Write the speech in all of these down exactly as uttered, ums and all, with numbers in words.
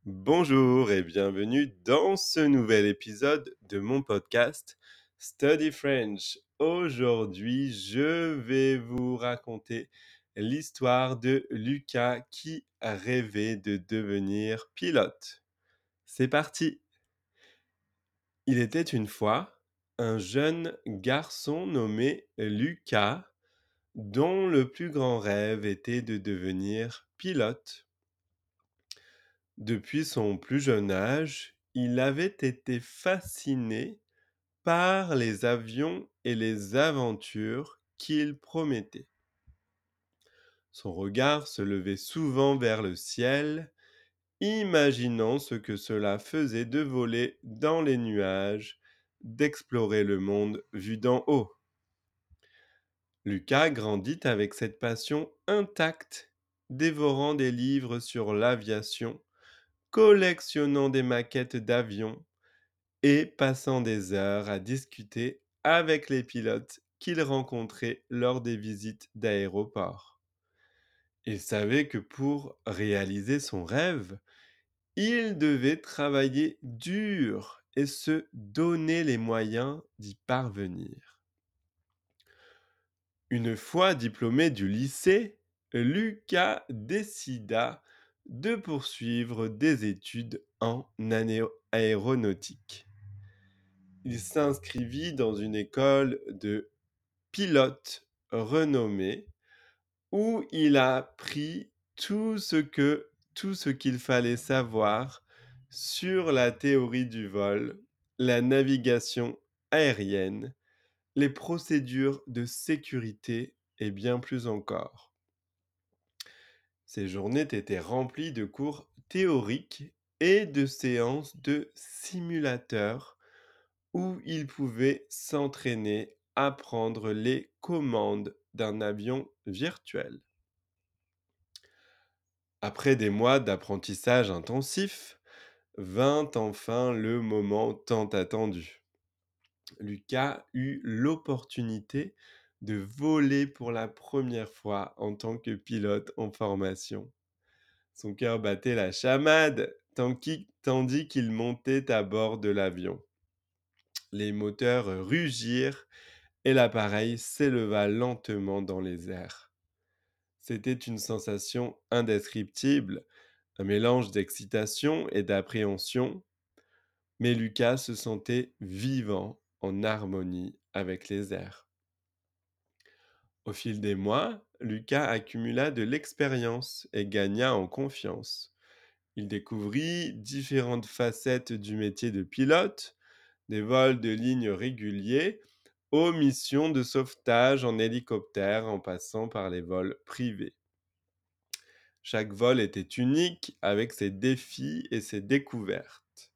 Bonjour et bienvenue dans ce nouvel épisode de mon podcast Study French. Aujourd'hui, je vais vous raconter l'histoire de Lucas qui rêvait de devenir pilote. C'est parti! Il était une fois un jeune garçon nommé Lucas dont le plus grand rêve était de devenir pilote. Depuis son plus jeune âge, il avait été fasciné par les avions et les aventures qu'ils promettaient. Son regard se levait souvent vers le ciel, imaginant ce que cela faisait de voler dans les nuages, d'explorer le monde vu d'en haut. Lucas grandit avec cette passion intacte, dévorant des livres sur l'aviation, collectionnant des maquettes d'avions et passant des heures à discuter avec les pilotes qu'il rencontrait lors des visites d'aéroports. Il savait que pour réaliser son rêve, il devait travailler dur et se donner les moyens d'y parvenir. Une fois diplômé du lycée, Lucas décida de poursuivre des études en ané- aéronautique. Il s'inscrivit dans une école de pilotes renommée où il a appris tout ce que tout ce qu'il fallait savoir sur la théorie du vol, la navigation aérienne, les procédures de sécurité et bien plus encore. Ces journées étaient remplies de cours théoriques et de séances de simulateurs où il pouvait s'entraîner à prendre les commandes d'un avion virtuel. Après des mois d'apprentissage intensif, vint enfin le moment tant attendu. Lucas eut l'opportunité de voler pour la première fois en tant que pilote en formation. Son cœur battait la chamade tant qu'il- tandis qu'il montait à bord de l'avion. Les moteurs rugirent et l'appareil s'éleva lentement dans les airs. C'était une sensation indescriptible, un mélange d'excitation et d'appréhension, mais Lucas se sentait vivant, en harmonie avec les airs. Au fil des mois, Lucas accumula de l'expérience et gagna en confiance. Il découvrit différentes facettes du métier de pilote, des vols de ligne réguliers aux missions de sauvetage en hélicoptère en passant par les vols privés. Chaque vol était unique avec ses défis et ses découvertes.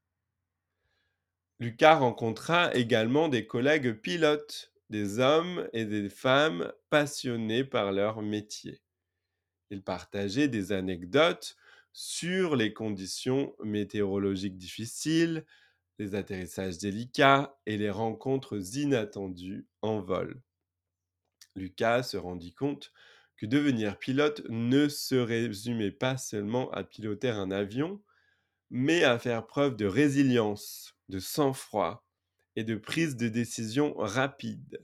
Lucas rencontra également des collègues pilotes, des hommes et des femmes passionnés par leur métier. Ils partageaient des anecdotes sur les conditions météorologiques difficiles, les atterrissages délicats et les rencontres inattendues en vol. Lucas se rendit compte que devenir pilote ne se résumait pas seulement à piloter un avion, mais à faire preuve de résilience, de sang-froid et de prise de décision rapide.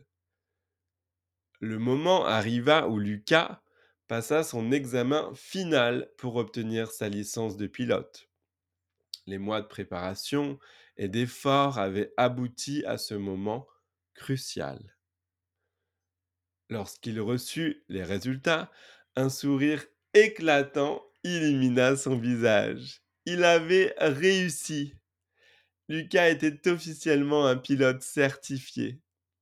Le moment arriva où Lucas passa son examen final pour obtenir sa licence de pilote. Les mois de préparation et d'efforts avaient abouti à ce moment crucial. Lorsqu'il reçut les résultats, un sourire éclatant illumina son visage. Il avait réussi. Lucas était officiellement un pilote certifié.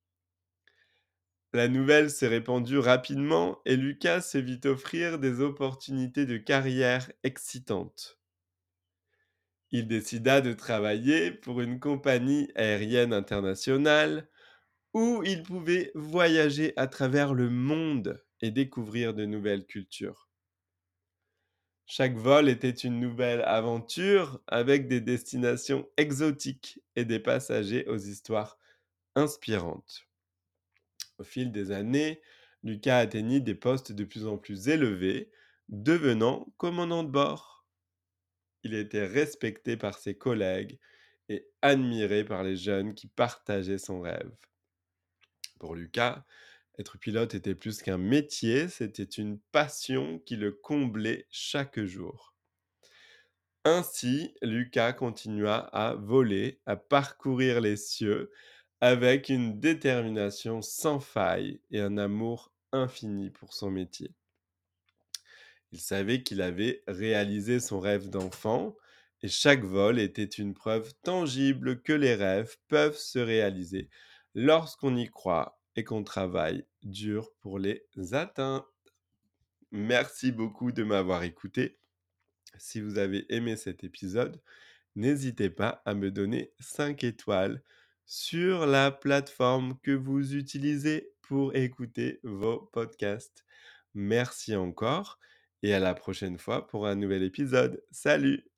La nouvelle s'est répandue rapidement et Lucas se vit offrir des opportunités de carrière excitantes. Il décida de travailler pour une compagnie aérienne internationale où il pouvait voyager à travers le monde et découvrir de nouvelles cultures. Chaque vol était une nouvelle aventure avec des destinations exotiques et des passagers aux histoires inspirantes. Au fil des années, Lucas atteignit des postes de plus en plus élevés, devenant commandant de bord. il était respecté par ses collègues et admiré par les jeunes qui partageaient son rêve. Pour Lucas, être pilote était plus qu'un métier, c'était une passion qui le comblait chaque jour. Ainsi, Lucas continua à voler, à parcourir les cieux, avec une détermination sans faille et un amour infini pour son métier. Il savait qu'il avait réalisé son rêve d'enfant et chaque vol était une preuve tangible que les rêves peuvent se réaliser lorsqu'on y croit et qu'on travaille dur pour les atteindre. Merci beaucoup de m'avoir écouté. Si vous avez aimé cet épisode, n'hésitez pas à me donner cinq étoiles sur la plateforme que vous utilisez pour écouter vos podcasts. Merci encore et à la prochaine fois pour un nouvel épisode. Salut!